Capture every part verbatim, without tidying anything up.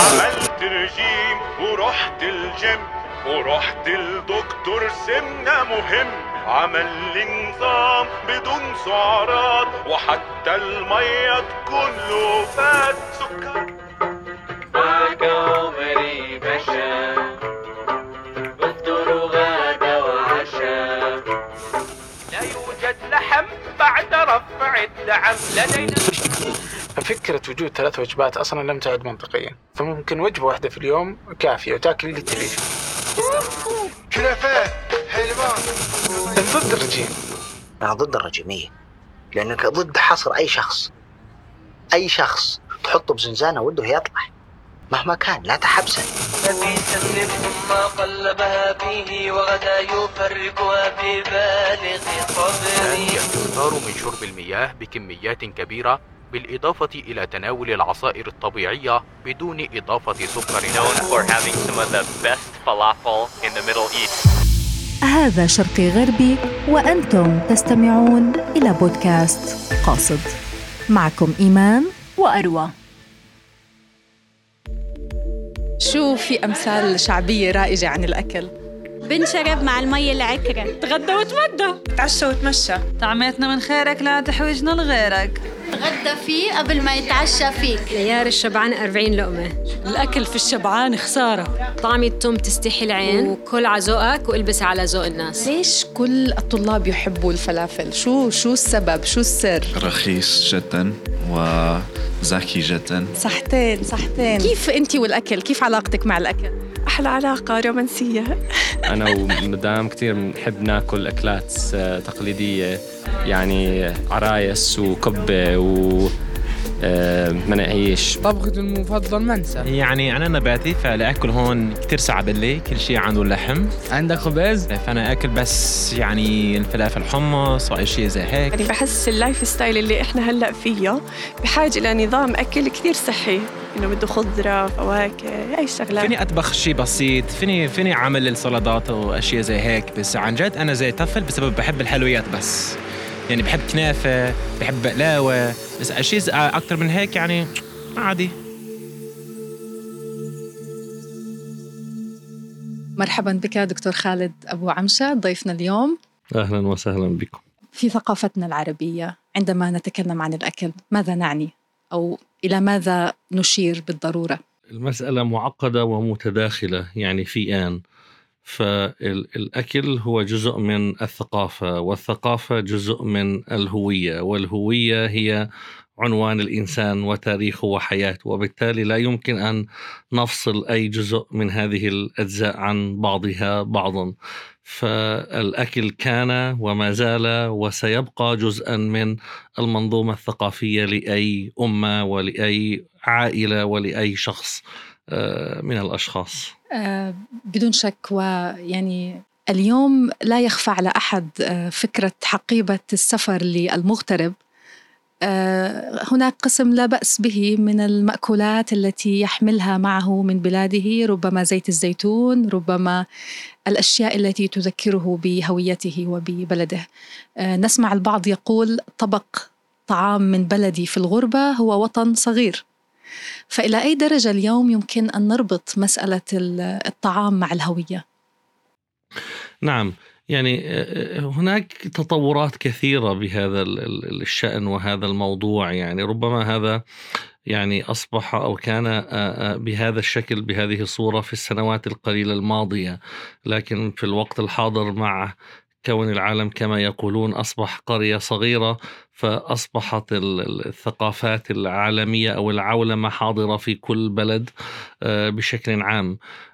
عملت رجيم ورحت الجيم ورحت الدكتور سمنة مهم، عمل لي نظام بدون سعرات وحتى المية تكون له فات سكر. عمري مشى بفطر وغدا وعشاء، لا يوجد لحم بعد رفع الدعم لدينا. ففكرة وجود ثلاث وجبات أصلا لم تعد منطقيا، فممكن وجبة واحدة في اليوم كافية وتاكل اللي تبيه. كنافات حلوان. ضد الرجيم. أنا ضد الرجيمية، لأنك ضد حصر أي شخص. أي شخص تحطه بزنزانة وده يطلع مهما كان، لا تحبسه. نبي سلم ما قلبها فيه وغدا يفرقها في بالغ صبري. الإكثار من شرب المياه بكميات كبيرة بالإضافة إلى تناول العصائر الطبيعية بدون إضافة سكر. Known for having some of the best falafel in the Middle East. هذا شرقي غربي، وأنتم تستمعون إلى بودكاست قاصد. معكم إيمان وأروى. شو في أمثال شعبية رائجة عن الأكل؟ بنشرب مع المي العكرة، تغدى وتمدى، تعشى وتمشى، طعمتنا من خيرك لا تحوجنا لغيرك، غدى فيه قبل ما يتعشى فيك. ليار الشبعان أربعين لقمة. الأكل في الشبعان خسارة. طعم التوم تستحي العين، وكل على ذوقك والبس على ذوق الناس. ليش كل الطلاب يحبوا الفلافل؟ شو شو السبب؟ شو السر؟ رخيص جدا وذكي جدا. صحتين صحتين. كيف أنت والأكل؟ كيف علاقتك مع الأكل؟ أحلى علاقة رومانسية. أنا ومدام كتير بنحب ناكل أكلات تقليدية، يعني عرايس وكبة ومناقيش. طبختي المفضل منسى. يعني أنا نباتي فلأكل هون كتير صعب لي، كل شيء عنده لحم. عندك خبز؟ فأنا أكل بس يعني الفلافل حمص وأشياء زي هيك. يعني بحس اللايف ستايل اللي إحنا هلأ فيه بحاجة إلى نظام أكل كتير صحي، إنه بده خضرة فواكه أي شغلات. فيني أطبخ شيء بسيط، فيني فيني أعمل السلطات وأشياء زي هيك، بس عن جد أنا زي طفل بسبب بحب الحلويات بس. يعني بحب كنافة، بحب بقلاوة، بس أشياء أكتر من هيك يعني عادي. مرحبا بك دكتور خالد أبو عمشة ضيفنا اليوم. أهلا وسهلا بكم. في ثقافتنا العربية عندما نتكلم عن الأكل ماذا نعني أو إلى ماذا نشير بالضرورة؟ المسألة معقدة ومتداخلة يعني في آن. فالأكل هو جزء من الثقافة، والثقافة جزء من الهوية، والهوية هي عنوان الإنسان وتاريخه وحياته، وبالتالي لا يمكن أن نفصل أي جزء من هذه الأجزاء عن بعضها بعضا. فالأكل كان وما زال وسيبقى جزءا من المنظومة الثقافية لأي أمة ولأي عائلة ولأي شخص من الأشخاص. آه بدون شك. ويعني اليوم لا يخفى على أحد آه فكرة حقيبة السفر للمغترب. آه هناك قسم لا بأس به من المأكولات التي يحملها معه من بلاده، ربما زيت الزيتون، ربما الأشياء التي تذكره بهويته وببلده. آه نسمع البعض يقول طبق طعام من بلدي في الغربة هو وطن صغير. فإلى أي درجة اليوم يمكن أن نربط مسألة الطعام مع الهوية؟ نعم، يعني هناك تطورات كثيرة بهذا الشأن وهذا الموضوع. يعني ربما هذا يعني أصبح أو كان بهذا الشكل بهذه الصورة في السنوات القليلة الماضية، لكن في الوقت الحاضر مع كون العالم كما يقولون أصبح قرية صغيرة، فأصبحت الثقافات العالمية أو العولمة حاضرة في كل بلد بشكل عام.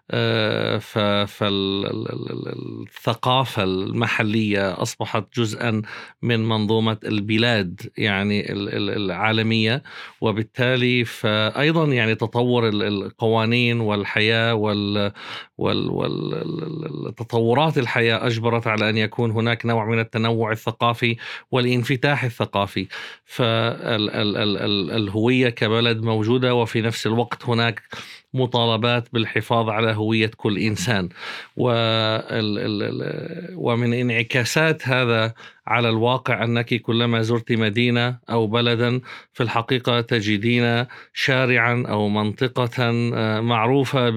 فالثقافة المحلية أصبحت جزءا من منظومة البلاد يعني العالمية، وبالتالي فأيضا يعني تطور القوانين والحياة والتطورات الحياة أجبرت على أن يكون هناك نوع من التنوع الثقافي والانفتاح الثقافي. فالهوية كبلد موجودة، وفي نفس الوقت هناك مطالبات بالحفاظ على هوية كل إنسان. ومن انعكاسات هذا على الواقع أنك كلما زرت مدينة أو بلدا في الحقيقة تجدين شارعا أو منطقة معروفة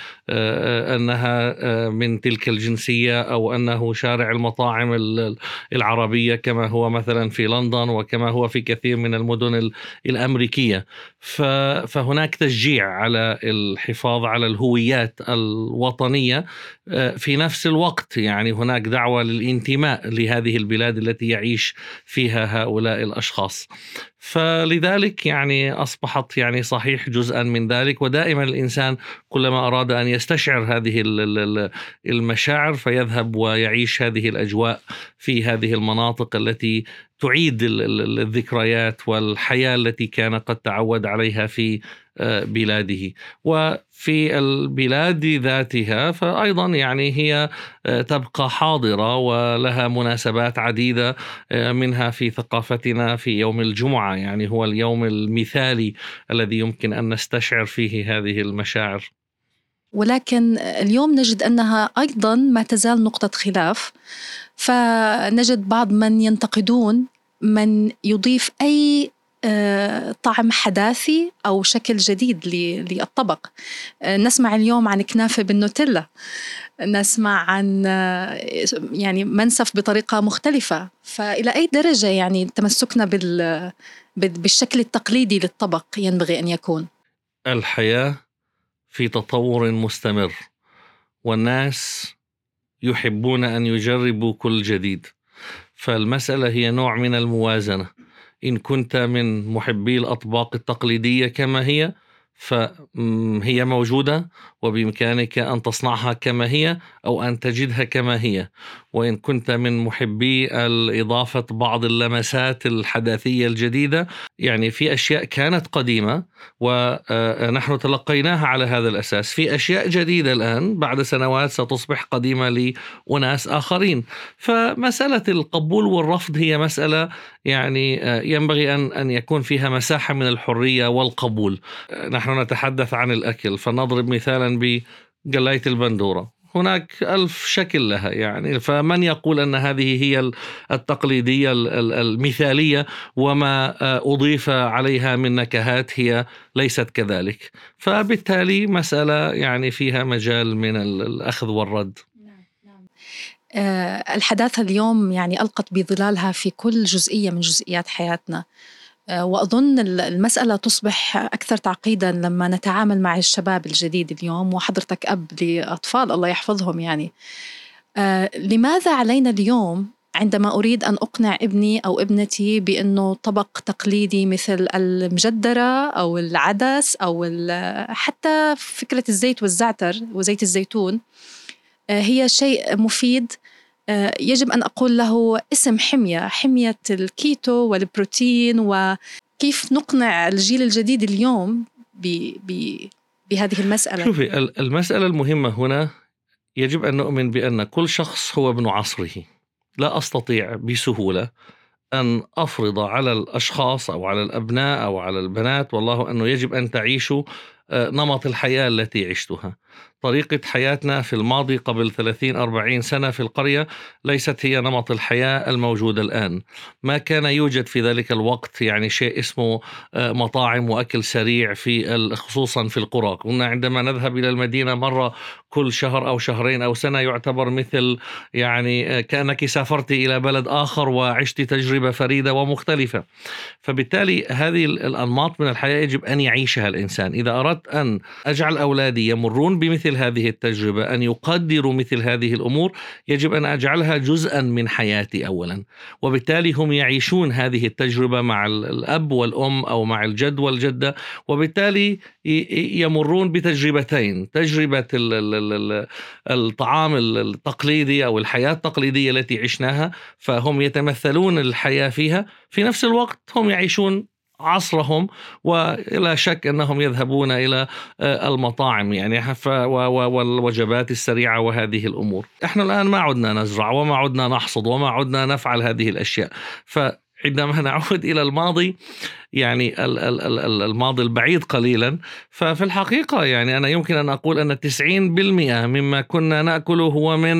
بأنها من تلك الجنسية، أو أنه شارع المطاعم العربية كما هو مثلا في لندن وكما هو في كثير من المدن الأمريكية. فهناك تشجيع على الحفاظ على الهويات الوطنية، في نفس الوقت يعني هناك دعوة للانتماء لهذه البلاد التي يعيش فيها هؤلاء الأشخاص. فلذلك يعني أصبحت يعني صحيح جزءا من ذلك. ودائما الإنسان كلما أراد أن يستشعر هذه المشاعر فيذهب ويعيش هذه الأجواء في هذه المناطق التي تعيد الذكريات والحياة التي كان قد تعود عليها في بلاده. وفي البلاد ذاتها فأيضا يعني هي تبقى حاضرة ولها مناسبات عديدة، منها في ثقافتنا في يوم الجمعة، يعني هو اليوم المثالي الذي يمكن أن نستشعر فيه هذه المشاعر. ولكن اليوم نجد أنها أيضا ما تزال نقطة خلاف، فنجد بعض من ينتقدون من يضيف أي طعم حداثي أو شكل جديد للطبق. نسمع اليوم عن كنافة بالنوتيلا، نسمع عن يعني منسف بطريقة مختلفة. فإلى أي درجة يعني تمسكنا بال بالشكل التقليدي للطبق ينبغي أن يكون؟ الحياة في تطور مستمر، والناس يحبون أن يجربوا كل جديد، فالمسألة هي نوع من الموازنة. إن كنت من محبي الأطباق التقليدية كما هي فهي موجودة وبإمكانك أن تصنعها كما هي أو أن تجدها كما هي. وإن كنت من محبي الإضافة بعض اللمسات الحداثية الجديدة، يعني في أشياء كانت قديمة ونحن تلقيناها على هذا الأساس، في أشياء جديدة الآن بعد سنوات ستصبح قديمة لأناس آخرين. فمسألة القبول والرفض هي مسألة يعني ينبغي أن أن يكون فيها مساحة من الحرية والقبول. نحن نتحدث عن الأكل، فنضرب مثالا بقلاية البندورة، هناك ألف شكل لها يعني، فمن يقول أن هذه هي التقليدية المثالية وما أضيف عليها من نكهات هي ليست كذلك. فبالتالي مسألة يعني فيها مجال من الأخذ والرد. الحداثة اليوم يعني ألقت بظلالها في كل جزئية من جزئيات حياتنا، وأظن المسألة تصبح أكثر تعقيداً لما نتعامل مع الشباب الجديد اليوم، وحضرتك أب لأطفال الله يحفظهم يعني. آه لماذا علينا اليوم عندما أريد أن أقنع ابني أو ابنتي بأنه طبق تقليدي مثل المجدرة أو العدس أو حتى فكرة الزيت والزعتر وزيت الزيتون آه هي شيء مفيد، يجب أن أقول له اسم حمية، حمية الكيتو والبروتين، وكيف نقنع الجيل الجديد اليوم ب ب بهذه المسألة؟ شوفي، المسألة المهمة هنا يجب أن نؤمن بأن كل شخص هو ابن عصره. لا أستطيع بسهولة أن أفرض على الأشخاص أو على الأبناء أو على البنات والله أنه يجب أن تعيشوا نمط الحياة التي عشتها. طريقة حياتنا في الماضي قبل ثلاثين أربعين سنة في القرية ليست هي نمط الحياة الموجودة الآن. ما كان يوجد في ذلك الوقت يعني شيء اسمه مطاعم وأكل سريع في خصوصا في القرى. كنا عندما نذهب إلى المدينة مرة كل شهر أو شهرين أو سنة يعتبر مثل يعني كأنك سافرت إلى بلد آخر وعشت تجربة فريدة ومختلفة. فبالتالي هذه الأنماط من الحياة يجب أن يعيشها الإنسان. إذا أردت أن أجعل أولادي يمرون بمثل هذه التجربة، أن يقدروا مثل هذه الأمور، يجب أن أجعلها جزءا من حياتي أولا، وبالتالي هم يعيشون هذه التجربة مع الأب والأم أو مع الجد والجدة، وبالتالي يمرون بتجربتين: تجربة الطعام التقليدي أو الحياة التقليدية التي عشناها، فهم يتمثلون الحياة فيها، في نفس الوقت هم يعيشون عصرهم، ولا شك أنهم يذهبون إلى المطاعم يعني والوجبات السريعة وهذه الأمور. إحنا الآن ما عدنا نزرع وما عدنا نحصد وما عدنا نفعل هذه الأشياء. فعندما نعود إلى الماضي يعني الماضي البعيد قليلا، ففي الحقيقة يعني أنا يمكن أن أقول أن تسعين بالمئة مما كنا نأكله هو من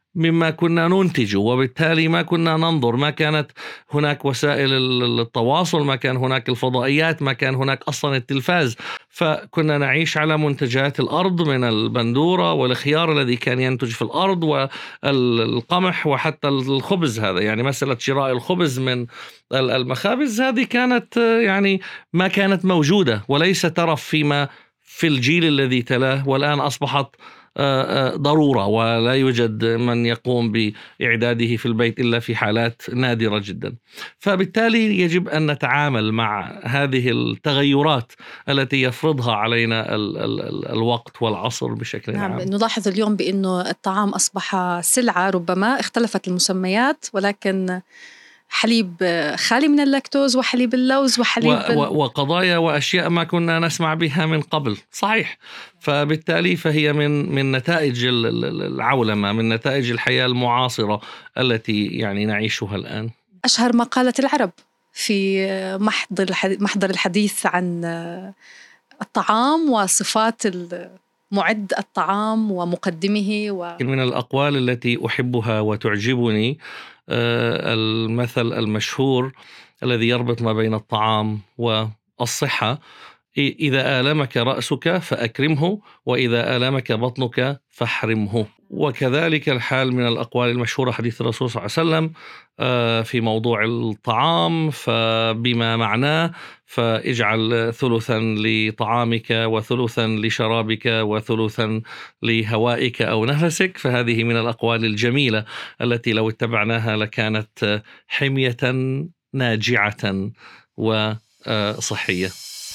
مما كنا ننتجه، وبالتالي ما كنا ننظر، ما كانت هناك وسائل التواصل، ما كان هناك الفضائيات، ما كان هناك أصلا التلفاز، فكنا نعيش على منتجات الأرض من البندورة والخيار الذي كان ينتج في الأرض والقمح وحتى الخبز. هذا يعني مسألة شراء الخبز من المخابز هذه كانت يعني ما كانت موجودة وليس ترف فيما في الجيل الذي تلاه، والآن أصبحت ضرورة ولا يوجد من يقوم بإعداده في البيت إلا في حالات نادرة جدا. فبالتالي يجب أن نتعامل مع هذه التغيرات التي يفرضها علينا ال ال ال الوقت والعصر بشكل نعم. عام. نلاحظ اليوم بأنه الطعام أصبح سلعة، ربما اختلفت المسميات، ولكن حليب خالي من اللاكتوز وحليب اللوز وحليب و- و- وقضايا وأشياء ما كنا نسمع بها من قبل. صحيح. فبالتالي فهي من من نتائج العولمة، من نتائج الحياة المعاصرة التي يعني نعيشها الآن. أشهر ما قالت العرب في محضر محضر الحديث عن الطعام وصفات معد الطعام ومقدمه و... من الأقوال التي أحبها وتعجبني المثل المشهور الذي يربط ما بين الطعام والصحة: إذا آلمك رأسك فأكرمه، وإذا آلمك بطنك فاحرمه. وكذلك الحال من الأقوال المشهورة حديث الرسول صلى الله عليه وسلم في موضوع الطعام، فبما معناه: فاجعل ثلثا لطعامك وثلثا لشرابك وثلثا لهوائك أو نفسك. فهذه من الأقوال الجميلة التي لو اتبعناها لكانت حمية ناجعة وصحية.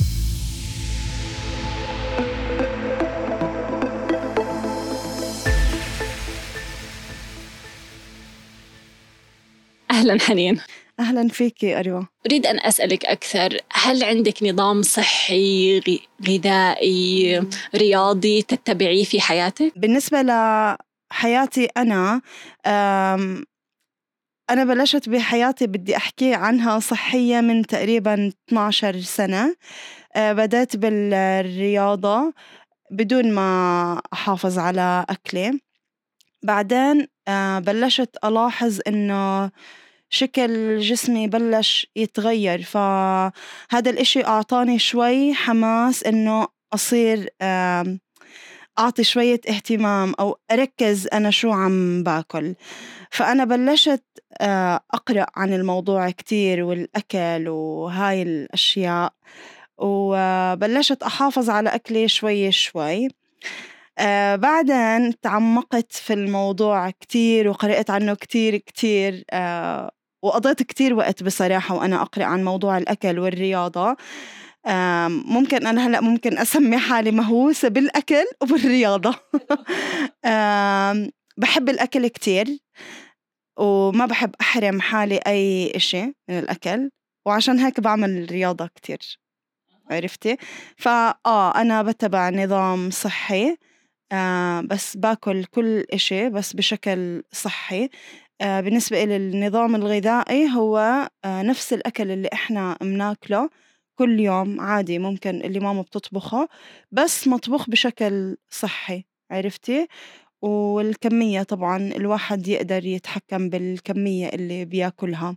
أهلا حنين. أهلا فيكي أروى. أريد أن أسألك أكثر، هل عندك نظام صحي غذائي رياضي تتبعيه في حياتك؟ بالنسبة لحياتي أنا أنا بلشت بحياتي بدي أحكي عنها صحية من تقريبا اثنتي عشرة سنة. بدأت بالرياضة بدون ما أحافظ على أكلي. بعدين بلشت ألاحظ إنه شكل جسمي بلش يتغير، فهذا الإشي أعطاني شوي حماس إنه أصير أعطي شوية اهتمام أو أركز أنا شو عم باكل. فأنا بلشت أقرأ عن الموضوع كتير والأكل وهاي الأشياء، وبلشت أحافظ على أكلي شوي شوي. آه بعدين تعمقت في الموضوع كتير وقرأت عنه كتير كتير آه وقضيت كتير وقت بصراحة وأنا أقرأ عن موضوع الأكل والرياضة. آه ممكن أنا هلأ ممكن أسمي حالي مهووسة بالأكل وبالرياضة. آه بحب الأكل كتير وما بحب أحرم حالي أي إشي من الأكل، وعشان هيك بعمل رياضة كتير. عرفتي؟ فآه أنا بتبع نظام صحي، آه بس باكل كل إشي بس بشكل صحي. آه بالنسبة إلى النظام الغذائي هو آه نفس الأكل اللي إحنا مناكله كل يوم عادي، ممكن اللي ماما بتطبخه بس مطبوخ بشكل صحي. عرفتي؟ والكمية طبعا الواحد يقدر يتحكم بالكمية اللي بياكلها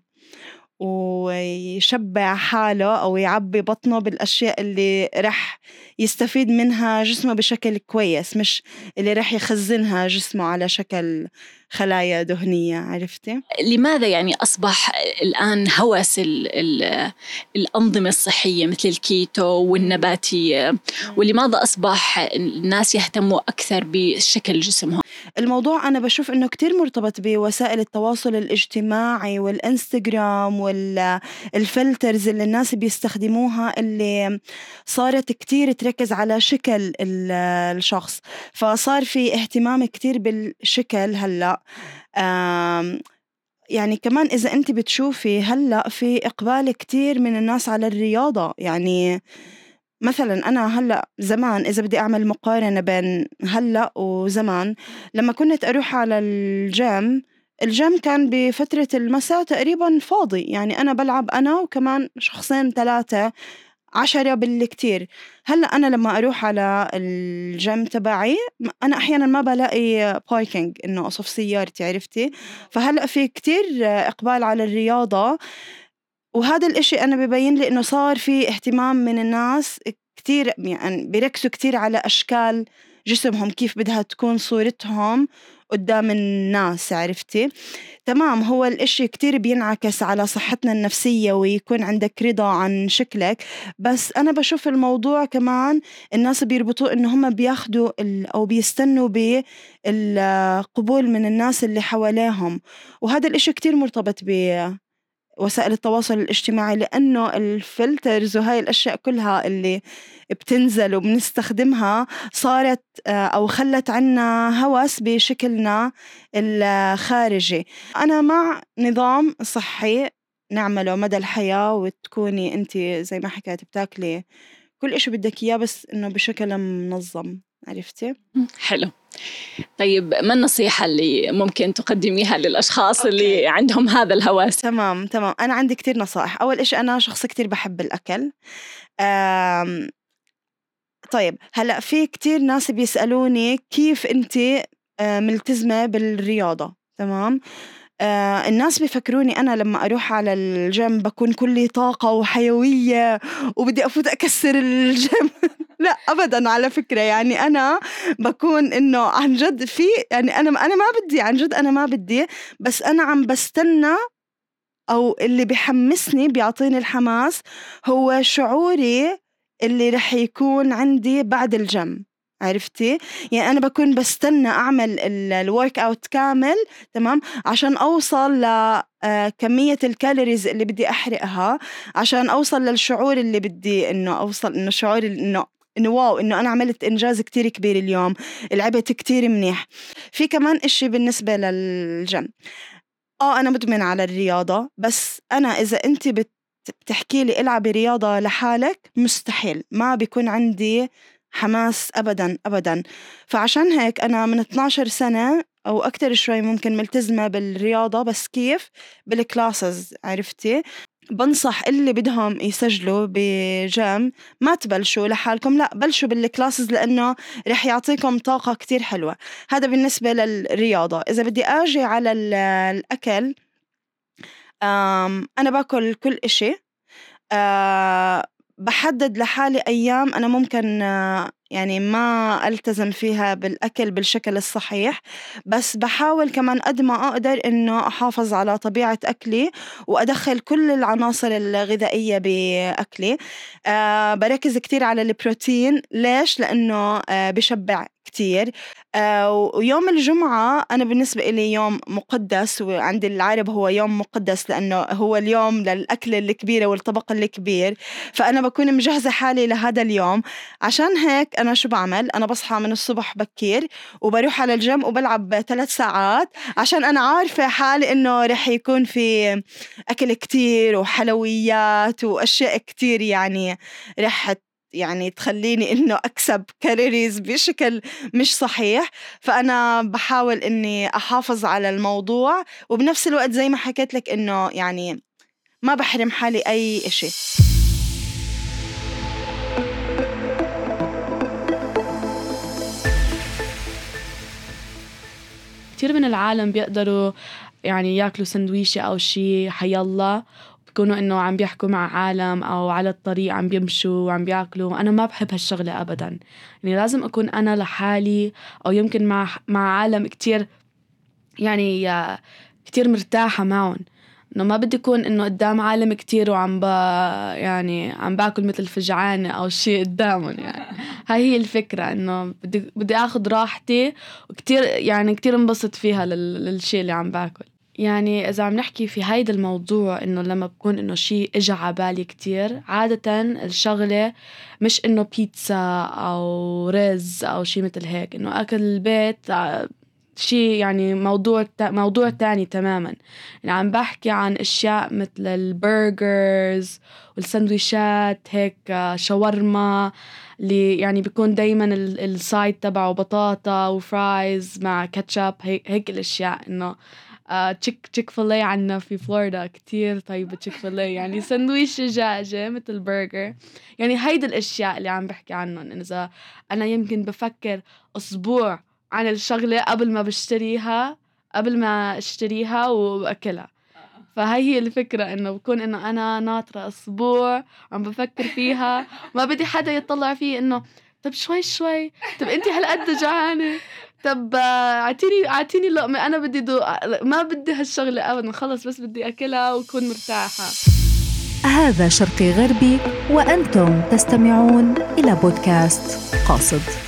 ويشبع حاله أو يعبي بطنه بالأشياء اللي رح يستفيد منها جسمه بشكل كويس، مش اللي رح يخزنها جسمه على شكل خلايا دهنية. عرفتي؟ لماذا يعني أصبح الآن هوس ال ال الأنظمة الصحية مثل الكيتو والنباتية، ولماذا أصبح الناس يهتموا أكثر بشكل جسمهم؟ الموضوع أنا بشوف إنه كتير مرتبط بوسائل التواصل الاجتماعي والإنستغرام والفلترز اللي الناس بيستخدموها، اللي صارت كتير تركز على شكل الشخص، فصار في اهتمام كتير بالشكل. هلأ يعني كمان إذا أنت بتشوفي هلأ في إقبال كتير من الناس على الرياضة. يعني مثلا أنا هلأ زمان إذا بدي أعمل مقارنة بين هلأ وزمان، لما كنت أروح على الجيم الجيم كان بفترة المساء تقريبا فاضي، يعني أنا بلعب أنا وكمان شخصين ثلاثة عشرة بالكتير. هلأ أنا لما أروح على الجيم تبعي أنا أحيانا ما بلاقي باركينج إنه أصف سيارتي، عرفتي؟ فهلأ في كتير إقبال على الرياضة، وهذا الإشي أنا ببين لي إنه صار في اهتمام من الناس كتير، يعني بيركزوا كتير على أشكال جسمهم، كيف بدها تكون صورتهم قدام الناس، عرفتي؟ تمام. هو الإشي كتير بينعكس على صحتنا النفسية ويكون عندك رضا عن شكلك، بس أنا بشوف الموضوع كمان الناس بيربطوا إنه هم بياخدوا أو بيستنوا بالقبول من الناس اللي حواليهم، وهذا الإشي كتير مرتبط ب وسائل التواصل الاجتماعي، لأنه الفلترز وهاي الأشياء كلها اللي بتنزل وبنستخدمها صارت أو خلت عنا هوس بشكلنا الخارجي. أنا مع نظام صحي نعمله مدى الحياة، وتكوني أنت زي ما حكيت بتاكلي كل إشي بدك إياه بس إنه بشكل منظم، عرفتي؟ حلو. طيب ما النصيحة اللي ممكن تقدميها للأشخاص أوكي. اللي عندهم هذا الهواس؟ تمام تمام أنا عندي كتير نصائح. أول إشي أنا شخص كتير بحب الأكل. أم... طيب هلأ في كتير ناس بيسألوني كيف أنت ملتزمة بالرياضة. تمام. آه الناس بيفكروني أنا لما أروح على الجيم بكون كلي طاقة وحيوية وبدي أفوت أكسر الجيم. لا أبدا، على فكرة يعني أنا بكون إنه عن جد في يعني أنا أنا ما بدي، عن جد أنا ما بدي، بس أنا عم بستنى، أو اللي بيحمسني بيعطيني الحماس هو شعوري اللي رح يكون عندي بعد الجيم، عرفتي؟ يعني أنا بكون بستنى أعمل الورك أوت كامل، تمام، عشان أوصل لكمية الكالوريز اللي بدي أحرقها، عشان أوصل للشعور اللي بدي إنه أوصل، إنه شعور إنه إنه واو إنه أنا عملت إنجاز كتير كبير اليوم، لعبت كتير منيح. في كمان إشي بالنسبة للجيم، آه أنا مدمن على الرياضة، بس أنا إذا أنت بت بتحكي لي العبي رياضة لحالك مستحيل، ما بيكون عندي حماس أبداً أبداً. فعشان هيك أنا من اثناشر سنة أو أكتر شوي ممكن ملتزمة بالرياضة، بس كيف؟ بالكلاسز، عرفتي؟ بنصح اللي بدهم يسجلوا بجيم ما تبلشوا لحالكم، لا بلشوا بالكلاسز، لأنه رح يعطيكم طاقة كتير حلوة. هذا بالنسبة للرياضة. إذا بدي أجي على الأكل، أنا باكل كل إشي، أه بحدد لحالي أيام أنا ممكن يعني ما ألتزم فيها بالأكل بالشكل الصحيح، بس بحاول كمان قد ما أقدر إنه أحافظ على طبيعة أكلي وأدخل كل العناصر الغذائية بأكلي. أه بركز كتير على البروتين. ليش؟ لأنه أه بشبع كتير. أه ويوم الجمعة أنا بالنسبة إلي يوم مقدس، وعند العرب هو يوم مقدس لأنه هو اليوم للأكل الكبيرة والطبق الكبير، فأنا بكون مجهزة حالي لهذا اليوم. عشان هيك أنا شو بعمل؟ أنا بصحى من الصبح بكير وبروح على الجيم وبلعب ثلاث ساعات، عشان أنا عارفة حالي إنه رح يكون في أكل كتير وحلويات وأشياء كتير، يعني رح يعني تخليني إنه أكسب كالوريز بشكل مش صحيح. فأنا بحاول إني أحافظ على الموضوع، وبنفس الوقت زي ما حكيت لك إنه يعني ما بحرم حالي أي إشي. كتير من العالم بيقدروا يعني ياكلوا سندويشة أو شي حيالله، بيكونوا إنه عم بيحكوا مع عالم أو على الطريق عم بيمشوا وعم بياكلوا. أنا ما بحب هالشغلة أبداً، يعني لازم أكون أنا لحالي، أو يمكن مع مع عالم كتير يعني كتير مرتاحة معهم، إنه ما بدي أكون إنه قدام عالم كتير وعم ب يعني عم باكل مثل فجعانة أو شيء قدامهم. يعني هاي هي الفكرة، إنه بدي بدي أخذ راحتي، وكتير يعني كتير انبسط فيها لل... للشيء اللي عم باكل. يعني إذا عم نحكي في هيدا الموضوع، إنه لما بكون إنه شيء إجا عبالي كتير، عادة الشغلة مش إنه بيتزا أو رز أو شيء مثل هيك، إنه أكل البيت شيء يعني موضوع موضوع تاني تماما. يعني عم بحكي عن أشياء مثل البرجرز والسندويشات، هيك شاورما اللي يعني بيكون دايما السايد تبعه بطاطا وفرايز مع كاتشب، هيك هيك الأشياء. إنه آه تشيك تشيك فيليه عنا في فلوريدا كتير طيبة تشيك فيليه، يعني سندويش دجاجة مثل برجر. يعني هيدي الأشياء اللي عم بحكي عنهم. إذا أنا يمكن بفكر أسبوع عن الشغلة قبل ما بشتريها قبل ما اشتريها وأكلها. فهي هي الفكرة، إنه بكون إنه أنا ناطرة أسبوع عم بفكر فيها، ما بدي حدا يطلع فيه إنه طب شوي شوي، طب أنتي هالقد جوعانة، طب اعطيني اعطيني لقمة، أنا بدي دو ما بدي هالشغلة أبدا، خلص بس بدي أكلها وكون مرتاحة. هذا شرقي غربي، وأنتم تستمعون إلى بودكاست قاصد.